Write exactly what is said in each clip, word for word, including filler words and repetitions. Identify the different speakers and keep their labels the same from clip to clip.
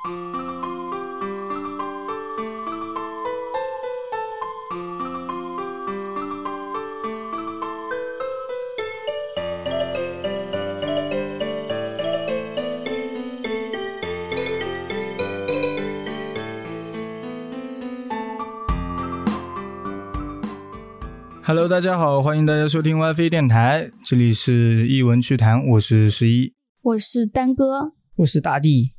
Speaker 1: Hello， 大家好，欢迎大家收听 Y F 电台，这里是一文趣谈，我是十一，
Speaker 2: 我是丹哥，
Speaker 3: 我是大地。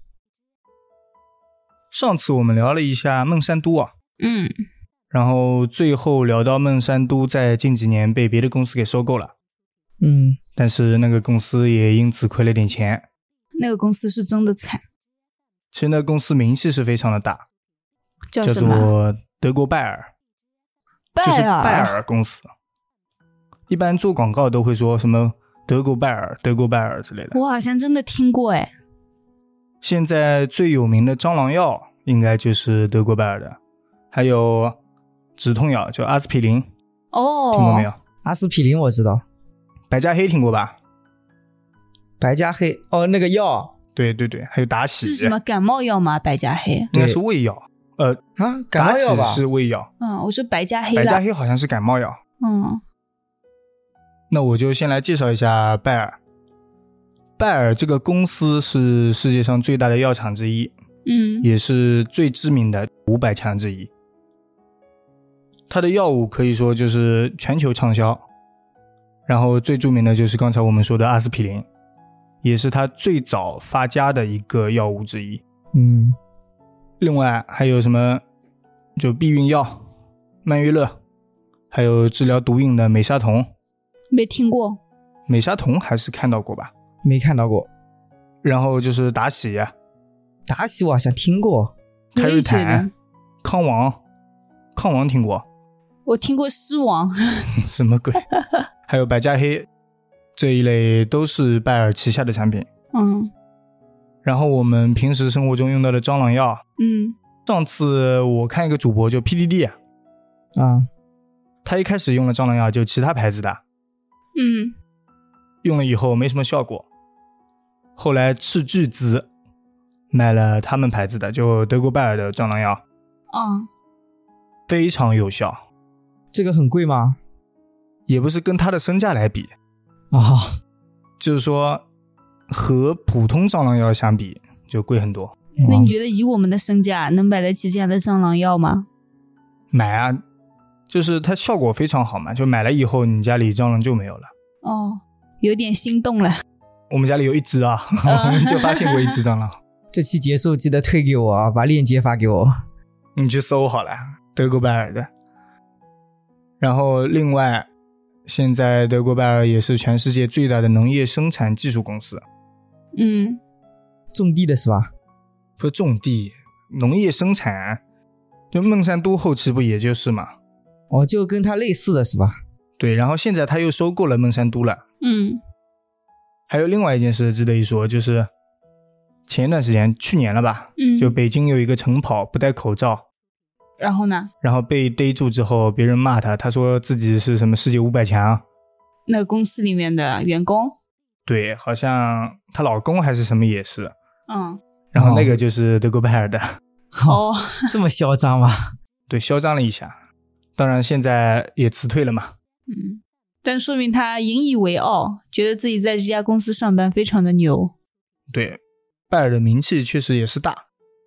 Speaker 1: 上次我们聊了一下孟山都啊，
Speaker 2: 嗯，
Speaker 1: 然后最后聊到孟山都在近几年被别的公司给收购了，
Speaker 3: 嗯，
Speaker 1: 但是那个公司也因此亏了点钱。
Speaker 2: 那个公司是真的惨。
Speaker 1: 其实那个公司名气是非常的大，
Speaker 2: 叫什么？
Speaker 1: 叫做德国拜耳。就是拜耳公司，一般做广告都会说什么德国拜耳、德国拜耳之类的。
Speaker 2: 我好像真的听过哎。
Speaker 1: 现在最有名的蟑螂药应该就是德国拜耳的，还有止痛药叫阿司匹林。
Speaker 2: 哦，
Speaker 1: 听过没有？
Speaker 3: 阿司匹林我知道。
Speaker 1: 白加黑听过吧？
Speaker 3: 白加黑哦，那个药。
Speaker 1: 对对对，还有达喜。
Speaker 2: 是什么感冒药吗？白加黑？
Speaker 1: 应该是胃药。呃
Speaker 3: 啊，感冒药吧？
Speaker 1: 达喜是胃药。
Speaker 2: 嗯，我说白加黑了。
Speaker 1: 白加黑好像是感冒药。
Speaker 2: 嗯，
Speaker 1: 那我就先来介绍一下拜耳。拜耳这个公司是世界上最大的药厂之一，
Speaker 2: 嗯，
Speaker 1: 也是最知名的五百强之一。它的药物可以说就是全球畅销，然后最著名的就是刚才我们说的阿司匹林，也是它最早发家的一个药物之一。
Speaker 3: 嗯。
Speaker 1: 另外还有什么就避孕药曼约乐，还有治疗毒瘾的美沙酮。
Speaker 2: 没听过。
Speaker 1: 美沙酮还是看到过吧？
Speaker 3: 没看到过。
Speaker 1: 然后就是达喜，
Speaker 3: 达喜我好像听过。
Speaker 1: 开日坦、康王，康王听过？
Speaker 2: 我听过狮王。
Speaker 1: 什么鬼？还有白加黑，这一类都是拜耳旗下的产品。
Speaker 2: 嗯。
Speaker 1: 然后我们平时生活中用到的蟑螂药，
Speaker 2: 嗯，
Speaker 1: 上次我看一个主播就 P D D 啊，
Speaker 3: 啊，
Speaker 1: 他一开始用了蟑螂药就其他牌子的，
Speaker 2: 嗯，
Speaker 1: 用了以后没什么效果，后来斥巨资买了他们牌子的，就德国拜耳的蟑螂药，
Speaker 2: 啊，
Speaker 1: 非常有效。
Speaker 3: 这个很贵吗？
Speaker 1: 也不是跟他的身价来比
Speaker 3: 啊，
Speaker 1: 就是说和普通蟑螂药相比就贵很多。
Speaker 2: 那你觉得以我们的身价能买得起这样的蟑螂药吗？
Speaker 1: 买啊，就是它效果非常好嘛，就买了以后你家里蟑螂就没有了。
Speaker 2: 哦，有点心动了。
Speaker 1: 我们家里有一只啊，我们就发现过一只蟑螂。
Speaker 3: 这期结束记得推给我啊，把链接发给我。
Speaker 1: 你去搜好了，德国拜耳的。然后另外现在德国拜耳也是全世界最大的农业生产技术公司。
Speaker 2: 嗯，
Speaker 3: 种地的是吧？
Speaker 1: 不是种地，农业生产，就孟山都后期不也就是嘛？
Speaker 3: 哦，就跟它类似的是吧？
Speaker 1: 对，然后现在他又收购了孟山都了。
Speaker 2: 嗯，
Speaker 1: 还有另外一件事值得一说，就是前一段时间，去年了吧？
Speaker 2: 嗯，
Speaker 1: 就北京有一个晨跑不戴口罩，
Speaker 2: 然后呢？
Speaker 1: 然后被逮住之后，别人骂他，他说自己是什么世界五百强。
Speaker 2: 那个公司里面的员工？
Speaker 1: 对，好像她老公还是什么也是。
Speaker 2: 嗯。
Speaker 1: 然后那个就是德国拜耳的。
Speaker 2: 哦，
Speaker 3: 这么嚣张吗？
Speaker 1: 对，嚣张了一下。当然现在也辞退了嘛。
Speaker 2: 嗯，但说明他引以为傲，觉得自己在这家公司上班非常的牛。
Speaker 1: 对，拜耳的名气确实也是大。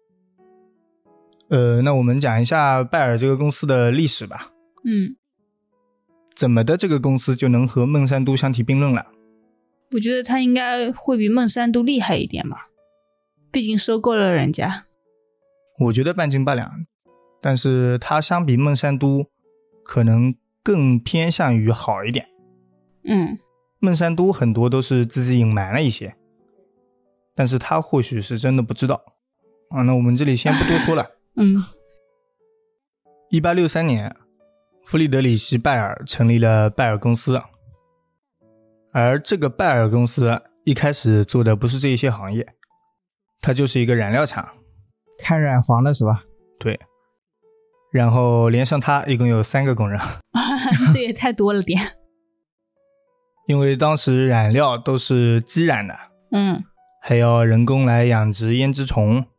Speaker 1: 呃，那我们讲一下拜耳这个公司的历史吧。
Speaker 2: 嗯，
Speaker 1: 怎么的这个公司就能和孟山都相提并论了？
Speaker 2: 我觉得他应该会比孟山都厉害一点嘛，毕竟收购了人家。
Speaker 1: 我觉得半斤八两，但是它相比孟山都可能更偏向于好一点。
Speaker 2: 嗯，
Speaker 1: 孟山都很多都是自己隐瞒了一些，但是他或许是真的不知道啊。那我们这里先不多说了。
Speaker 2: 嗯，
Speaker 1: 一八六三年，弗里德里希·拜耳成立了拜耳公司，而这个拜耳公司一开始做的不是这一些行业，它就是一个染料厂，
Speaker 3: 开染房的是吧？
Speaker 1: 对。然后连上他一共有三个工人。
Speaker 2: 这也太多了点。
Speaker 1: 因为当时染料都是机染的，
Speaker 2: 嗯，
Speaker 1: 还要人工来养殖胭脂虫，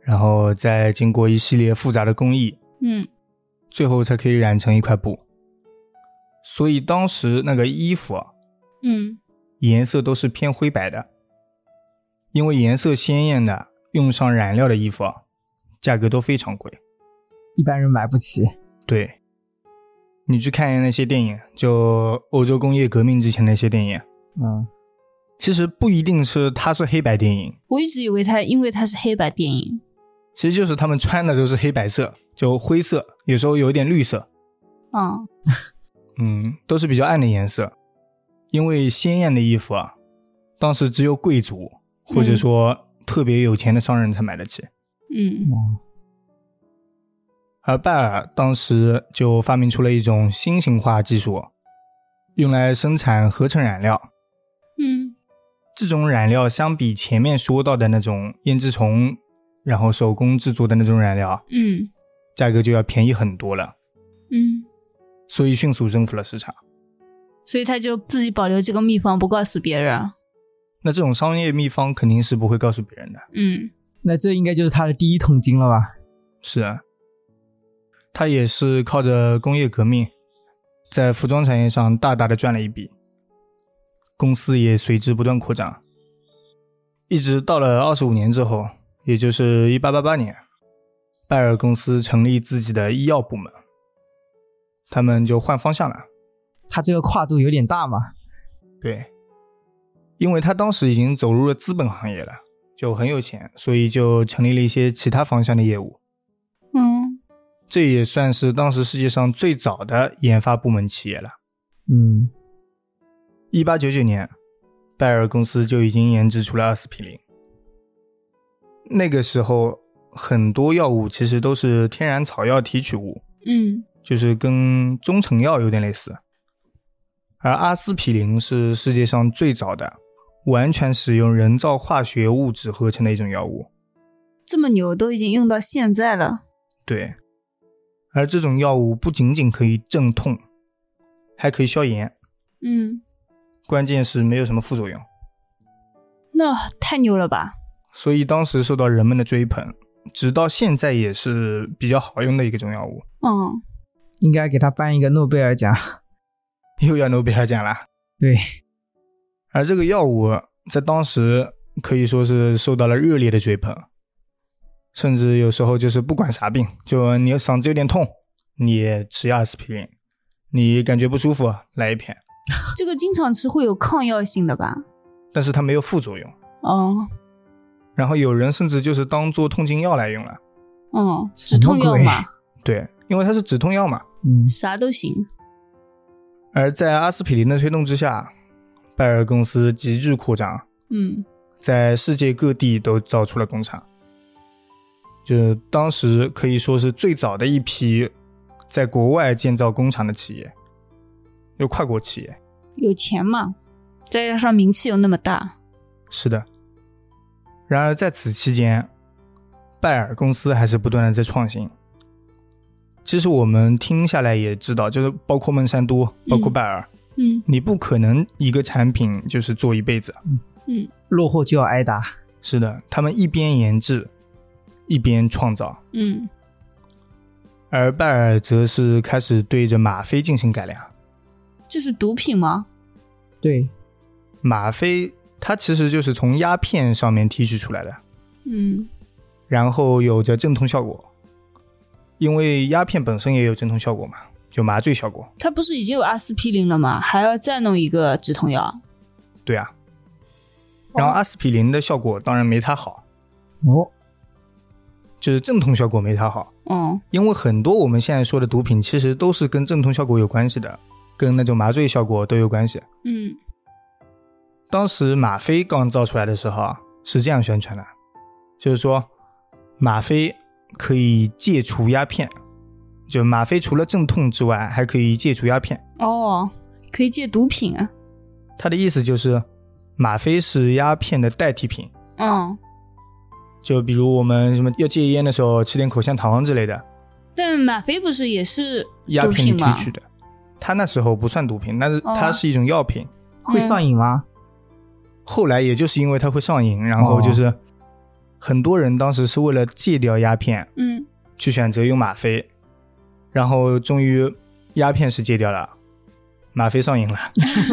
Speaker 1: 然后再经过一系列复杂的工艺，
Speaker 2: 嗯，
Speaker 1: 最后才可以染成一块布。所以当时那个衣服啊，
Speaker 2: 嗯，
Speaker 1: 颜色都是偏灰白的，因为颜色鲜艳的用上染料的衣服啊，价格都非常贵，
Speaker 3: 一般人买不起。
Speaker 1: 对，你去看那些电影，就欧洲工业革命之前那些电影，
Speaker 3: 嗯，
Speaker 1: 其实不一定是它是黑白电影，
Speaker 2: 我一直以为它因为它是黑白电影，
Speaker 1: 其实就是他们穿的都是黑白色，就灰色，有时候有一点绿色，
Speaker 2: 嗯
Speaker 1: 嗯，都是比较暗的颜色。因为鲜艳的衣服啊，当时只有贵族或者说特别有钱的商人才买得起。
Speaker 2: 嗯，
Speaker 3: 哦，
Speaker 1: 而拜耳当时就发明出了一种新型化技术，用来生产合成染料。
Speaker 2: 嗯，
Speaker 1: 这种染料相比前面说到的那种胭脂虫然后手工制作的那种染料，
Speaker 2: 嗯，
Speaker 1: 价格就要便宜很多了，
Speaker 2: 嗯，
Speaker 1: 所以迅速征服了市场。
Speaker 2: 所以他就自己保留这个秘方，不告诉别人。
Speaker 1: 那这种商业秘方肯定是不会告诉别人的。
Speaker 2: 嗯，
Speaker 3: 那这应该就是他的第一桶金了吧？
Speaker 1: 是啊，他也是靠着工业革命，在服装产业上大大的赚了一笔，公司也随之不断扩张。一直到了二十五年之后，也就是一八八八年，拜耳公司成立自己的医药部门，他们就换方向了。
Speaker 3: 他这个跨度有点大嘛。
Speaker 1: 对，因为他当时已经走入了资本行业了，就很有钱，所以就成立了一些其他方向的业务。
Speaker 2: 嗯，
Speaker 1: 这也算是当时世界上最早的研发部门企业了。
Speaker 3: 嗯，
Speaker 1: 一八九九年，拜耳公司就已经研制出了阿司匹林。那个时候很多药物其实都是天然草药提取物，
Speaker 2: 嗯，
Speaker 1: 就是跟中成药有点类似。而阿司匹林是世界上最早的完全使用人造化学物质合成的一种药物。
Speaker 2: 这么牛，都已经用到现在了。
Speaker 1: 对，而这种药物不仅仅可以镇痛，还可以消炎。
Speaker 2: 嗯，
Speaker 1: 关键是没有什么副作用。
Speaker 2: 那太牛了吧。
Speaker 1: 所以当时受到人们的追捧，直到现在也是比较好用的一个中药物。
Speaker 2: 嗯，
Speaker 3: 应该给他颁一个诺贝尔奖。
Speaker 1: 又要诺贝尔奖了。
Speaker 3: 对，
Speaker 1: 而这个药物在当时可以说是受到了热烈的追捧，甚至有时候就是不管啥病，就你嗓子有点痛，你也吃阿司匹林，你感觉不舒服来一片。
Speaker 2: 这个经常吃会有抗药性的吧？
Speaker 1: 但是它没有副作用。
Speaker 2: 哦，
Speaker 1: 然后有人甚至就是当做痛经药来用了。
Speaker 2: 嗯，止痛药嘛。
Speaker 1: 对，因为它是止痛药嘛。
Speaker 3: 嗯，
Speaker 2: 啥都行。
Speaker 1: 而在阿司匹林的推动之下，拜耳公司急剧扩张，
Speaker 2: 嗯，
Speaker 1: 在世界各地都造出了工厂，就当时可以说是最早的一批在国外建造工厂的企业，有跨国企业。
Speaker 2: 有钱嘛，再加上名气又那么大。
Speaker 1: 是的。然而在此期间，拜耳公司还是不断的在创新。其实我们听下来也知道，就是包括孟山都，包括拜耳，
Speaker 2: 嗯，
Speaker 1: 你不可能一个产品就是做一辈子。
Speaker 2: 嗯，
Speaker 3: 落后就要挨打。
Speaker 1: 是的，他们一边研制一边创造。
Speaker 2: 嗯，
Speaker 1: 而拜耳则是开始对着吗啡进行改良。
Speaker 2: 这是毒品吗？
Speaker 3: 对，
Speaker 1: 吗啡它其实就是从鸦片上面提取出来的，
Speaker 2: 嗯，
Speaker 1: 然后有着镇痛效果。因为鸦片本身也有镇痛效果嘛，就麻醉效果。
Speaker 2: 它不是已经有阿司匹林了吗？还要再弄一个止痛药？
Speaker 1: 对啊。然后阿司匹林的效果当然没它好。
Speaker 3: 哦，
Speaker 1: 就是镇痛效果没它好。
Speaker 2: 嗯，
Speaker 1: 因为很多我们现在说的毒品其实都是跟镇痛效果有关系的，跟那种麻醉效果都有关系。
Speaker 2: 嗯，
Speaker 1: 当时吗啡刚造出来的时候啊，是这样宣传的，就是说吗啡可以戒除鸦片，就吗啡除了镇痛之外还可以戒除鸦片。
Speaker 2: 哦，可以戒毒品啊。
Speaker 1: 他的意思就是吗啡是鸦片的代替品。
Speaker 2: 嗯，
Speaker 1: 就比如我们什么要戒烟的时候吃点口香糖之类的。
Speaker 2: 但吗啡不是也是
Speaker 1: 鸦片提
Speaker 2: 毒品吗？
Speaker 1: 取的，它那时候不算毒品，但是它是一种药品。
Speaker 3: 会上瘾吗？
Speaker 1: 后来也就是因为它会上瘾，然后就是很多人当时是为了戒掉鸦片，
Speaker 2: 嗯，
Speaker 1: 去选择用吗啡，然后终于鸦片是戒掉了，吗啡上瘾了，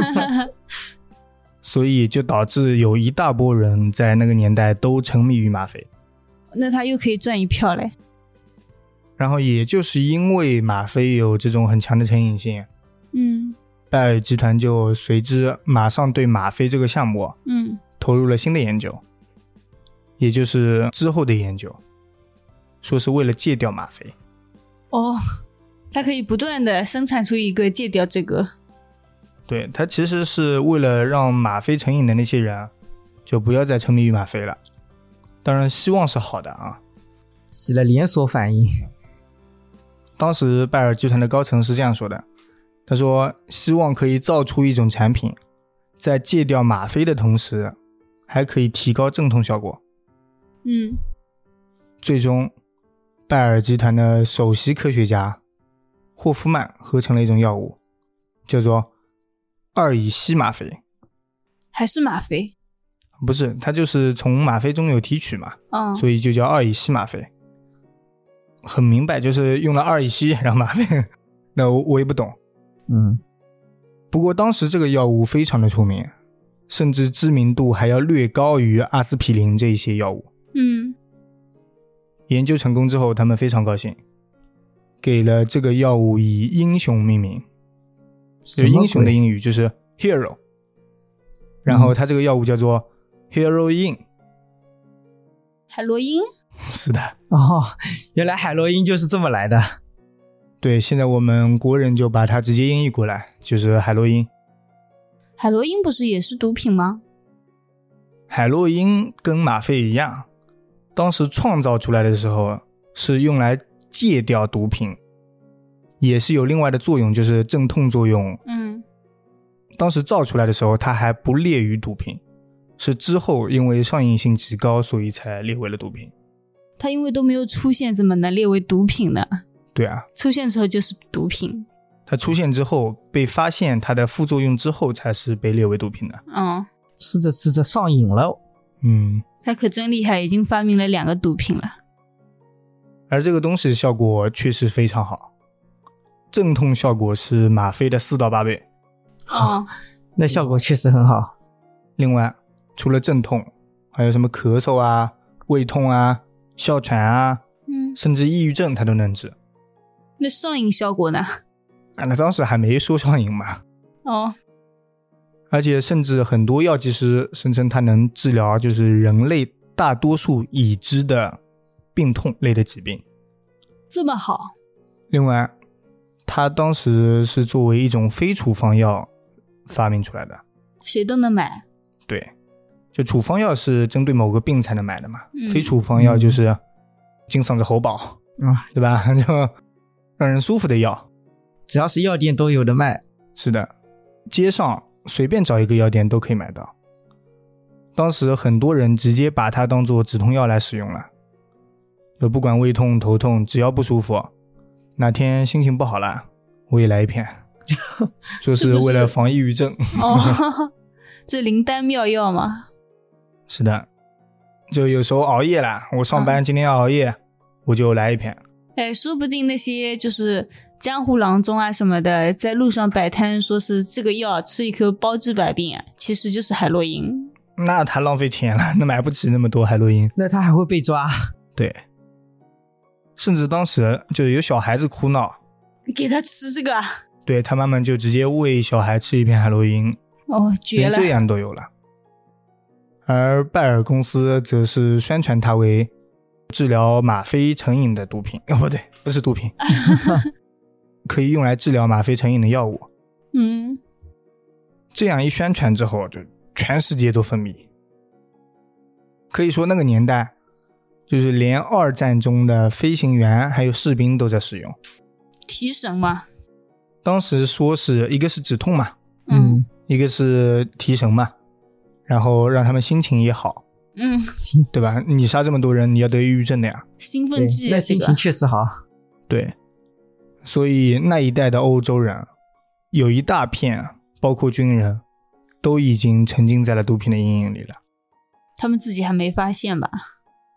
Speaker 1: 所以就导致有一大波人在那个年代都沉迷于吗啡。
Speaker 2: 那他又可以赚一票嘞。
Speaker 1: 然后也就是因为吗啡有这种很强的成瘾性，
Speaker 2: 嗯，
Speaker 1: 拜耳集团就随之马上对吗啡这个项目
Speaker 2: 嗯，
Speaker 1: 投入了新的研究，也就是之后的研究，说是为了戒掉吗啡。
Speaker 2: 哦，它可以不断的生产出一个戒掉这个。
Speaker 1: 对，它其实是为了让吗啡成瘾的那些人就不要再沉迷于吗啡了。当然希望是好的啊，
Speaker 3: 起了连锁反应。
Speaker 1: 当时拜耳集团的高层是这样说的，他说希望可以造出一种产品，在戒掉吗啡的同时还可以提高镇痛效果。
Speaker 2: 嗯，
Speaker 1: 最终拜耳集团的首席科学家霍夫曼合成了一种药物，叫做二乙烯吗啡。
Speaker 2: 还是吗啡？
Speaker 1: 不是，它就是从吗啡中有提取嘛，
Speaker 2: 嗯，
Speaker 1: 所以就叫二乙烯吗啡。很明白，就是用了二乙烯然后吗啡，那 我, 我也不懂。
Speaker 3: 嗯，
Speaker 1: 不过当时这个药物非常的出名，甚至知名度还要略高于阿司匹林这一些药物。
Speaker 2: 嗯，
Speaker 1: 研究成功之后，他们非常高兴，给了这个药物以英雄命名。有英雄的英语就是 hero， 然后它这个药物叫做 heroin。
Speaker 2: 海洛因。
Speaker 1: 是的。
Speaker 3: 哦，原来海洛因就是这么来的。
Speaker 1: 对，现在我们国人就把它直接音译过来，就是海洛因。
Speaker 2: 海洛因不是也是毒品吗？
Speaker 1: 海洛因跟吗啡一样，当时创造出来的时候是用来戒掉毒品，也是有另外的作用，就是镇痛作用。
Speaker 2: 嗯，
Speaker 1: 当时造出来的时候它还不列于毒品，是之后因为上瘾性极高所以才列为了毒品。
Speaker 2: 它因为都没有出现，怎么能列为毒品呢？
Speaker 1: 对啊，
Speaker 2: 出现之后就是毒品。
Speaker 1: 它出现之后被发现它的副作用之后才是被列为毒品的。
Speaker 2: 嗯，
Speaker 3: 吃着吃着上瘾了。
Speaker 1: 嗯，
Speaker 2: 他可真厉害，已经发明了两个毒品了。
Speaker 1: 而这个东西效果确实非常好，镇痛效果是吗啡的四到八倍。
Speaker 2: 哦，
Speaker 3: 那效果确实很好。
Speaker 1: 另外除了镇痛，还有什么咳嗽啊、胃痛啊、哮喘啊，
Speaker 2: 嗯，
Speaker 1: 甚至抑郁症它都能治。
Speaker 2: 那上瘾效果呢？
Speaker 1: 啊，那当时还没说上瘾嘛。
Speaker 2: 哦，
Speaker 1: 而且甚至很多药剂师声称它能治疗就是人类大多数已知的病痛类的疾病。
Speaker 2: 这么好。
Speaker 1: 另外它当时是作为一种非处方药发明出来的。
Speaker 2: 谁都能买。
Speaker 1: 对，就处方药是针对某个病才能买的嘛，
Speaker 2: 嗯，
Speaker 1: 非处方药就是金嗓子喉宝
Speaker 3: 啊，
Speaker 1: 对吧？就让人舒服的药，
Speaker 3: 只要是药店都有的卖。
Speaker 1: 是的，街上随便找一个药店都可以买到。当时很多人直接把它当作止痛药来使用了，就不管胃痛头痛，只要不舒服，哪天心情不好了我也来一片说是为了防抑郁症。
Speaker 2: 哦，这灵丹妙药吗？
Speaker 1: 是的，就有时候熬夜了，我上班今天要熬夜，嗯，我就来一片。
Speaker 2: 哎，说不定那些就是江湖郎中啊什么的，在路上摆摊说是这个药吃一颗包治百病啊，其实就是海洛因。
Speaker 1: 那他浪费钱了，那买不起那么多海洛因。
Speaker 3: 那他还会被抓。
Speaker 1: 对，甚至当时就有小孩子哭闹，
Speaker 2: 你给他吃这个啊？
Speaker 1: 对，他妈妈就直接喂小孩吃一片海洛因。
Speaker 2: 哦，绝了，
Speaker 1: 连这样都有了。而拜耳公司则是宣传它为治疗吗啡成瘾的毒品。哦，不对，不是毒品可以用来治疗吗啡成瘾的药物。
Speaker 2: 嗯，
Speaker 1: 这样一宣传之后，就全世界都风靡。可以说那个年代就是连二战中的飞行员还有士兵都在使用。
Speaker 2: 提神嘛。
Speaker 1: 当时说是一个是止痛嘛，
Speaker 2: 嗯，
Speaker 1: 一个是提神嘛，然后让他们心情也好。
Speaker 2: 嗯，
Speaker 1: 对吧？你杀这么多人，你要得抑郁症的呀。
Speaker 2: 兴奋剂，
Speaker 3: 那心情确实好。
Speaker 1: 对，所以那一代的欧洲人有一大片，包括军人，都已经沉浸在了毒品的阴影里了。
Speaker 2: 他们自己还没发现吧？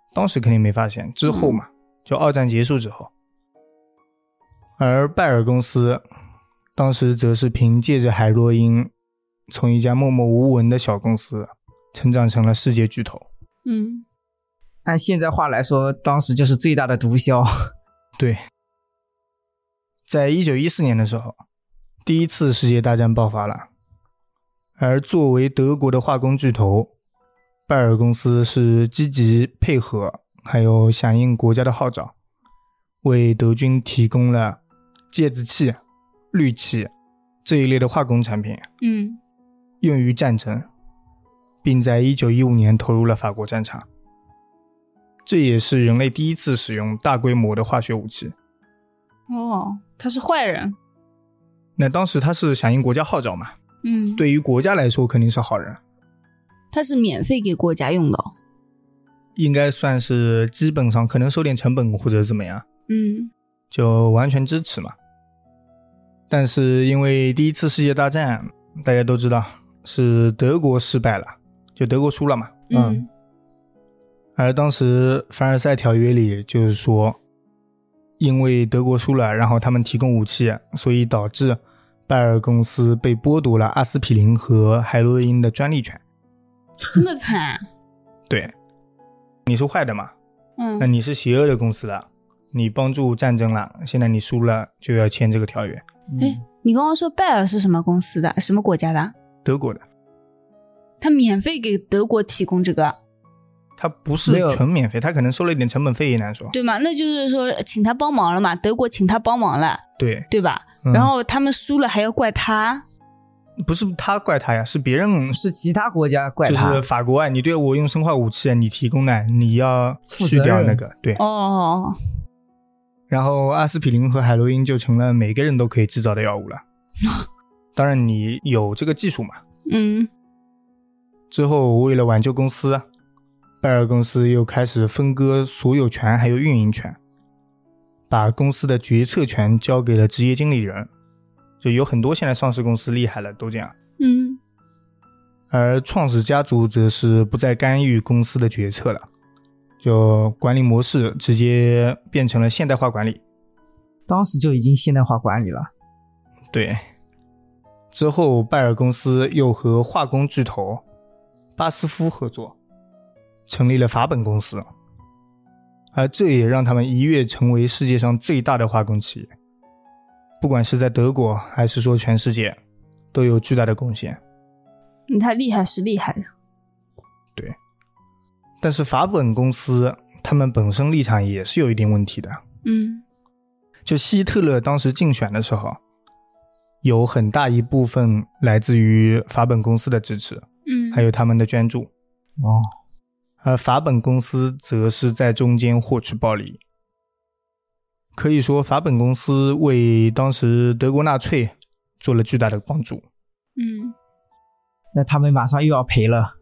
Speaker 1: 当时肯定没发现，之后嘛，嗯、就二战结束之后。而拜耳公司当时则是凭借着海洛因，从一家默默无闻的小公司成长成了世界巨头。
Speaker 2: 嗯，
Speaker 3: 按现在话来说，当时就是最大的毒枭。
Speaker 1: 对，在一九一四年的时候，第一次世界大战爆发了，而作为德国的化工巨头，拜耳公司是积极配合，还有响应国家的号召，为德军提供了芥子气、氯气这一类的化工产品，
Speaker 2: 嗯，
Speaker 1: 用于战争，并在一九一五年投入了法国战场。这也是人类第一次使用大规模的化学武器。
Speaker 2: 哦，他是坏人。
Speaker 1: 那当时他是响应国家号召嘛，
Speaker 2: 嗯，
Speaker 1: 对于国家来说肯定是好人。
Speaker 2: 他是免费给国家用的。
Speaker 1: 应该算是基本上可能收点成本或者怎么样，
Speaker 2: 嗯，
Speaker 1: 就完全支持嘛。但是因为第一次世界大战大家都知道是德国失败了，就德国输了嘛。
Speaker 2: 嗯，
Speaker 1: 而当时凡尔赛条约里就是说，因为德国输了，然后他们提供武器，所以导致拜耳公司被剥夺了阿司匹林和海洛因的专利权。
Speaker 2: 这么惨？
Speaker 1: 对，你是坏的嘛，
Speaker 2: 嗯，
Speaker 1: 那你是邪恶的公司了，你帮助战争了，现在你输了就要签这个条约。
Speaker 2: 哎，你刚刚说拜耳是什么公司的？什么国家的？
Speaker 1: 德国的。
Speaker 2: 他免费给德国提供这个？
Speaker 1: 他不是纯免费，他可能收了一点成本费也难说，
Speaker 2: 对吗？那就是说请他帮忙了嘛，德国请他帮忙了，
Speaker 1: 对
Speaker 2: 对吧、嗯、然后他们输了还要怪他？
Speaker 1: 不是他怪他呀，是别人，
Speaker 3: 是其他国家怪他，
Speaker 1: 就是法国啊，你对我用生化武器你提供的，你要去掉那个，对。
Speaker 2: 哦。
Speaker 1: 然后阿司匹林和海洛因就成了每个人都可以制造的药物了当然你有这个技术嘛。
Speaker 2: 嗯。
Speaker 1: 之后为了挽救公司，拜耳公司又开始分割所有权还有运营权，把公司的决策权交给了职业经理人，就有很多现在上市公司厉害了都这样。
Speaker 2: 嗯。
Speaker 1: 而创始家族则是不再干预公司的决策了，就管理模式直接变成了现代化管理。
Speaker 3: 当时就已经现代化管理了。
Speaker 1: 对。之后拜耳公司又和化工巨头巴斯夫合作，成立了法本公司，而这也让他们一跃成为世界上最大的化工企业，不管是在德国还是说全世界都有巨大的贡献。
Speaker 2: 他厉害是厉害的。
Speaker 1: 对。但是法本公司他们本身立场也是有一点问题的。
Speaker 2: 嗯。
Speaker 1: 就希特勒当时竞选的时候，有很大一部分来自于法本公司的支持，
Speaker 2: 嗯，
Speaker 1: 还有他们的捐助。
Speaker 3: 哦。
Speaker 1: 而法本公司则是在中间获取暴利。可以说法本公司为当时德国纳粹做了巨大的帮助。
Speaker 2: 嗯。
Speaker 3: 那他们马上又要赔了。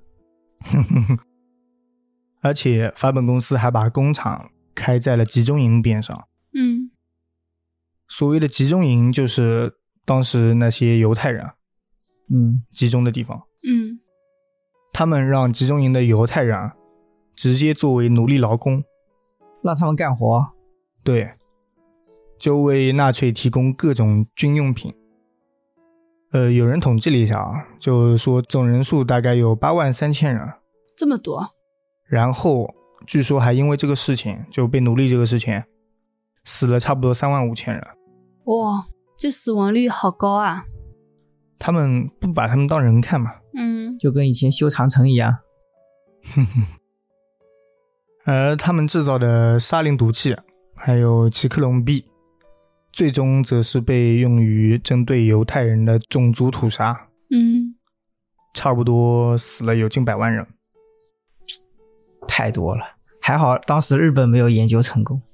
Speaker 1: 而且法本公司还把工厂开在了集中营边上。
Speaker 2: 嗯。
Speaker 1: 所谓的集中营就是当时那些犹太人
Speaker 3: 嗯
Speaker 1: 集中的地方。
Speaker 2: 嗯。
Speaker 1: 他们让集中营的犹太人直接作为奴隶劳工，
Speaker 3: 让他们干活。
Speaker 1: 对，就为纳粹提供各种军用品。呃，有人统计了一下啊，就是说总人数大概有八万三千人。
Speaker 2: 这么多？
Speaker 1: 然后据说还因为这个事情，就被奴隶这个事情，死了差不多三万五千人。
Speaker 2: 哇，这死亡率好高啊！
Speaker 1: 他们不把他们当人看嘛。
Speaker 2: 嗯，
Speaker 3: 就跟以前修长城一样。
Speaker 1: 而他们制造的沙林毒气还有奇克隆 B 最终则是被用于针对犹太人的种族屠杀。
Speaker 2: 嗯，
Speaker 1: 差不多死了有近百万人。
Speaker 3: 太多了，还好当时日本没有研究成功。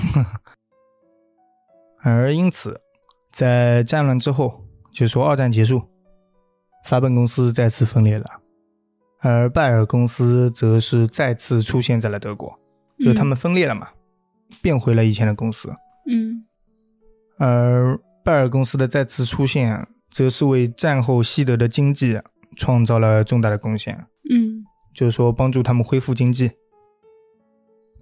Speaker 1: 而因此在战乱之后，就说二战结束，法本公司再次分裂了，而拜耳公司则是再次出现在了德国，就他们分裂了嘛、嗯、变回了以前的公司。
Speaker 2: 嗯，
Speaker 1: 而拜耳公司的再次出现则是为战后西德的经济创造了重大的贡献。
Speaker 2: 嗯，
Speaker 1: 就是说帮助他们恢复经济。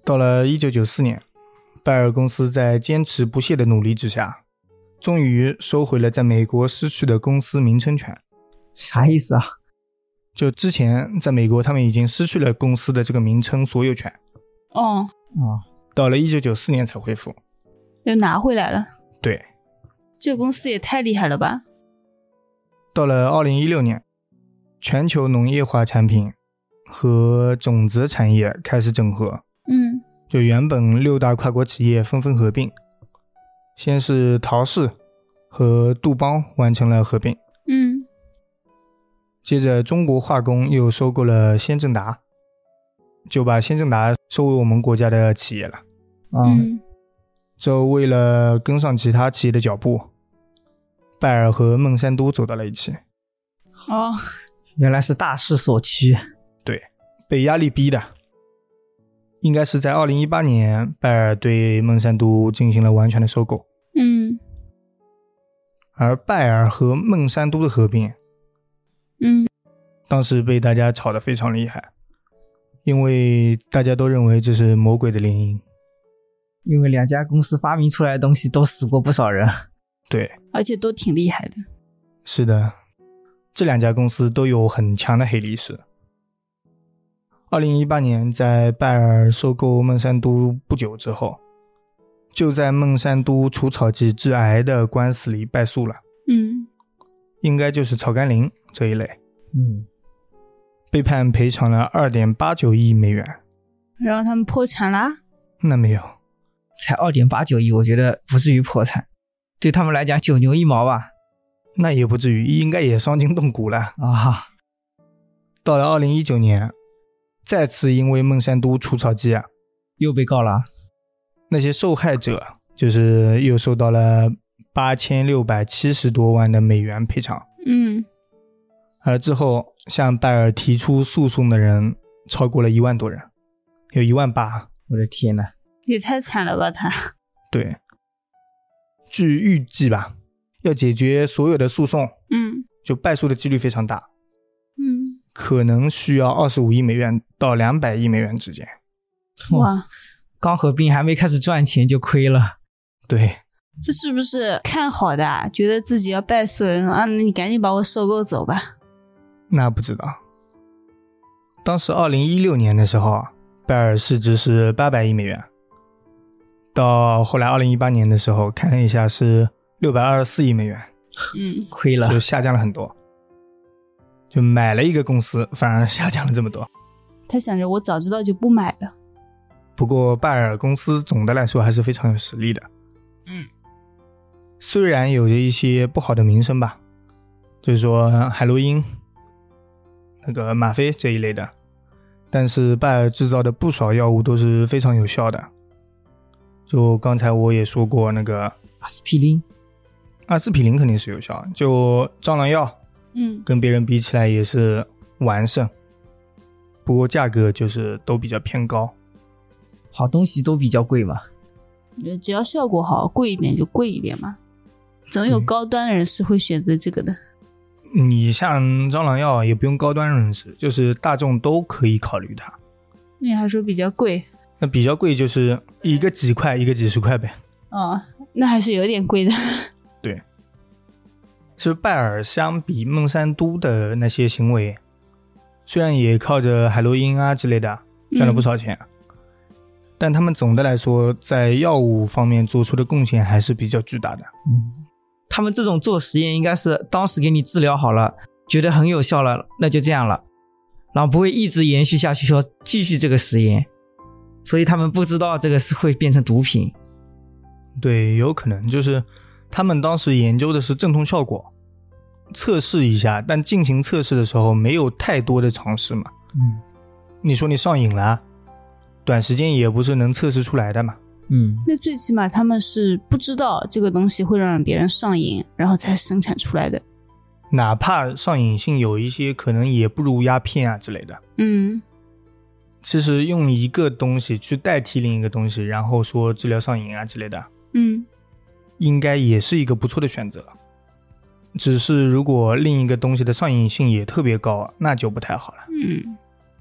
Speaker 1: 到了一九九四年，拜耳公司在坚持不懈的努力之下，终于收回了在美国失去的公司名称权。
Speaker 3: 啥意思啊？
Speaker 1: 就之前在美国他们已经失去了公司的这个名称所有权。
Speaker 2: 哦
Speaker 3: 哦，
Speaker 1: 到了一九九四年才恢复。
Speaker 2: 又拿回来了。
Speaker 1: 对，
Speaker 2: 这个公司也太厉害了吧。
Speaker 1: 到了二零一六年，全球农业化产品和种子产业开始整合。
Speaker 2: 嗯，
Speaker 1: 就原本六大跨国企业纷纷合并，先是陶氏和杜邦完成了合并。
Speaker 2: 嗯，
Speaker 1: 接着中国化工又收购了先正达，就把先正达收为我们国家的企业了。
Speaker 2: 嗯，
Speaker 1: 之后为了跟上其他企业的脚步，拜耳和孟山都走到了一起。
Speaker 2: 哦，
Speaker 3: 原来是大势所趋。
Speaker 1: 对，被压力逼的。应该是在二零一八年，拜耳对孟山都进行了完全的收购。
Speaker 2: 嗯，
Speaker 1: 而拜耳和孟山都的合并，
Speaker 2: 嗯，
Speaker 1: 当时被大家吵得非常厉害，因为大家都认为这是魔鬼的联姻。
Speaker 3: 因为两家公司发明出来的东西都死过不少人。
Speaker 1: 对，
Speaker 2: 而且都挺厉害的。
Speaker 1: 是的，这两家公司都有很强的黑历史。二零一八年，在拜耳收购孟山都不久之后，就在孟山都除草剂致癌的官司里败诉了。
Speaker 2: 嗯，
Speaker 1: 应该就是草甘膦这一类。
Speaker 3: 嗯，
Speaker 1: 被判赔偿了 二点八九亿美元。
Speaker 2: 然后他们破产啦？
Speaker 1: 那没有，
Speaker 3: 才 二点八九亿，我觉得不至于破产，对他们来讲九牛一毛吧。
Speaker 1: 那也不至于，应该也伤筋动骨了
Speaker 3: 啊。
Speaker 1: 到了二零一九年，再次因为孟山都除草剂啊，
Speaker 3: 又被告了。
Speaker 1: 那些受害者就是又收到了八千六百七十多万的美元赔偿。
Speaker 2: 嗯，
Speaker 1: 而之后向拜耳提出诉讼的人超过了一万多人，有一万八。
Speaker 3: 我的天哪，
Speaker 2: 也太惨了吧他。
Speaker 1: 对，据预计吧，要解决所有的诉讼，
Speaker 2: 嗯，
Speaker 1: 就败诉的几率非常大。
Speaker 2: 嗯，
Speaker 1: 可能需要二十五亿美元到两百亿美元之间。
Speaker 2: 哇，
Speaker 3: 刚合并还没开始赚钱就亏了。
Speaker 1: 对，
Speaker 2: 这是不是看好的啊？觉得自己要败诉了啊，那你赶紧把我收购走吧。
Speaker 1: 那不知道。当时二零一六年的时候，拜耳市值是八百亿美元，到后来二零一八年的时候看了一下是六百二十四亿美元。
Speaker 2: 嗯，
Speaker 3: 亏了，
Speaker 1: 就下降了很多。就买了一个公司，反而下降了这么多。
Speaker 2: 他想着我早知道就不买了。
Speaker 1: 不过拜耳公司总的来说还是非常有实力的。
Speaker 2: 嗯，
Speaker 1: 虽然有着一些不好的名声吧，就是说海洛因、那个吗啡这一类的，但是拜耳制造的不少药物都是非常有效的。就刚才我也说过，那个
Speaker 3: 阿司匹林，
Speaker 1: 阿司匹林肯定是有效，就蟑螂药，
Speaker 2: 嗯，
Speaker 1: 跟别人比起来也是完胜，不过价格就是都比较偏高。
Speaker 3: 好东西都比较贵嘛，
Speaker 2: 只要效果好，贵一点就贵一点嘛。总有高端人士会选择这个的。
Speaker 1: 嗯、你像蟑螂药也不用高端人士，就是大众都可以考虑它。
Speaker 2: 你还说比较贵？
Speaker 1: 那比较贵就是一个几块，一个几十块呗。
Speaker 2: 哦，那还是有点贵的。
Speaker 1: 对，是拜耳相比孟山都的那些行为，虽然也靠着海洛因啊之类的赚了不少钱、嗯，但他们总的来说在药物方面做出的贡献还是比较巨大的。
Speaker 3: 嗯，他们这种做实验应该是当时给你治疗好了，觉得很有效了，那就这样了，然后不会一直延续下去说继续这个实验，所以他们不知道这个是会变成毒品。
Speaker 1: 对，有可能就是他们当时研究的是镇痛效果，测试一下，但进行测试的时候没有太多的尝试嘛。
Speaker 3: 嗯，
Speaker 1: 你说你上瘾了，短时间也不是能测试出来的嘛。
Speaker 3: 嗯，
Speaker 2: 那最起码他们是不知道这个东西会让别人上瘾，然后才生产出来的。
Speaker 1: 哪怕上瘾性有一些可能也不如鸦片啊之类的。
Speaker 2: 嗯，
Speaker 1: 其实用一个东西去代替另一个东西，然后说治疗上瘾啊之类的，
Speaker 2: 嗯，
Speaker 1: 应该也是一个不错的选择。只是如果另一个东西的上瘾性也特别高，那就不太好了。
Speaker 2: 嗯，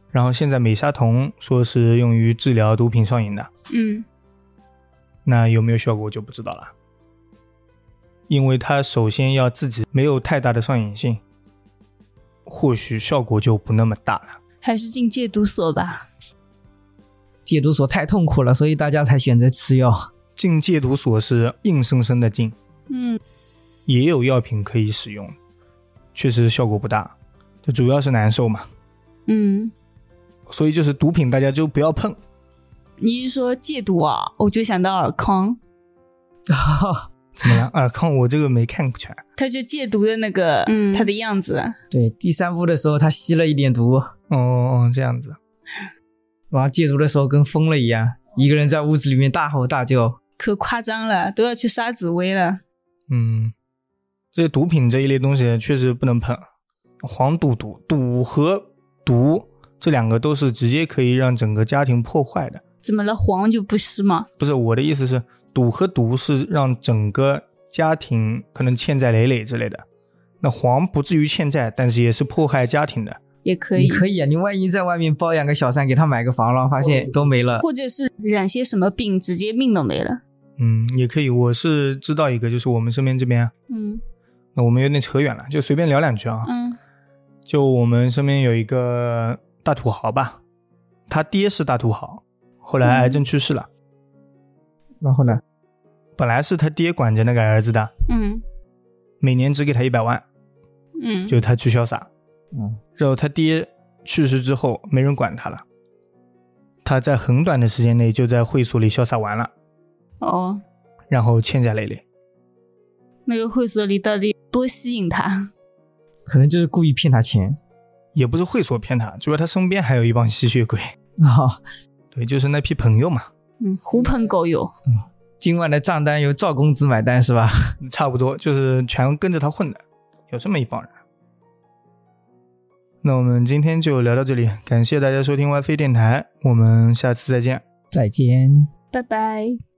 Speaker 1: 然后现在美沙酮说是用于治疗毒品上瘾的，
Speaker 2: 嗯，
Speaker 1: 那有没有效果就不知道了，因为它首先要自己没有太大的上瘾性，或许效果就不那么大了。
Speaker 2: 还是进戒毒所吧。
Speaker 3: 戒毒所太痛苦了，所以大家才选择吃药。
Speaker 1: 进戒毒所是硬生生的进，
Speaker 2: 嗯，
Speaker 1: 也有药品可以使用，确实效果不大，就主要是难受嘛。
Speaker 2: 嗯，
Speaker 1: 所以就是毒品大家就不要碰。
Speaker 2: 你一说戒毒啊，我就想到尔康。
Speaker 1: 怎么样？尔康我这个没看全。
Speaker 2: 他就戒毒的那个，嗯，他的样子。
Speaker 3: 对，第三部的时候他吸了一点毒。
Speaker 1: 哦哦，这样子。
Speaker 3: 然后戒毒的时候跟疯了一样，一个人在屋子里面大吼大叫，
Speaker 2: 可夸张了，都要去杀紫薇了。
Speaker 1: 嗯，这毒品这一类东西确实不能碰。黄赌毒，赌和毒这两个都是直接可以让整个家庭破坏的。
Speaker 2: 怎么了？黄就不是吗？
Speaker 1: 不是，我的意思是赌和毒是让整个家庭可能欠债累累之类的，那黄不至于欠债，但是也是迫害家庭的。
Speaker 2: 也可以，
Speaker 3: 你可以啊，你万一在外面包养个小三，给他买个房，然后发现都没了，
Speaker 2: 或者是染些什么病，直接命都没了。
Speaker 1: 嗯，也可以。我是知道一个，就是我们身边这边，
Speaker 2: 嗯，
Speaker 1: 那我们有点扯远了，就随便聊两句啊。
Speaker 2: 嗯，
Speaker 1: 就我们身边有一个大土豪吧，他爹是大土豪，后来癌症去世了。
Speaker 3: 嗯、然后呢？
Speaker 1: 本来是他爹管着那个儿子的，
Speaker 2: 嗯，
Speaker 1: 每年只给他一百万，
Speaker 2: 嗯，
Speaker 1: 就他去潇洒。
Speaker 3: 嗯，
Speaker 1: 然后他爹去世之后，没人管他了，他在很短的时间内就在会所里潇洒完了。
Speaker 2: 哦，
Speaker 1: 然后欠债累累。
Speaker 2: 那个会所里到底多吸引他？
Speaker 3: 可能就是故意骗他钱。
Speaker 1: 也不是会所骗他，主要他身边还有一帮吸血鬼。
Speaker 3: 哦，
Speaker 1: 对，就是那批朋友嘛。
Speaker 2: 嗯，狐朋狗友。
Speaker 3: 嗯，今晚的账单由赵公子买单是吧？
Speaker 1: 差不多，就是全跟着他混的，有这么一帮人。那我们今天就聊到这里，感谢大家收听 Y C 电台，我们下次再见。
Speaker 3: 再见，
Speaker 2: 拜拜。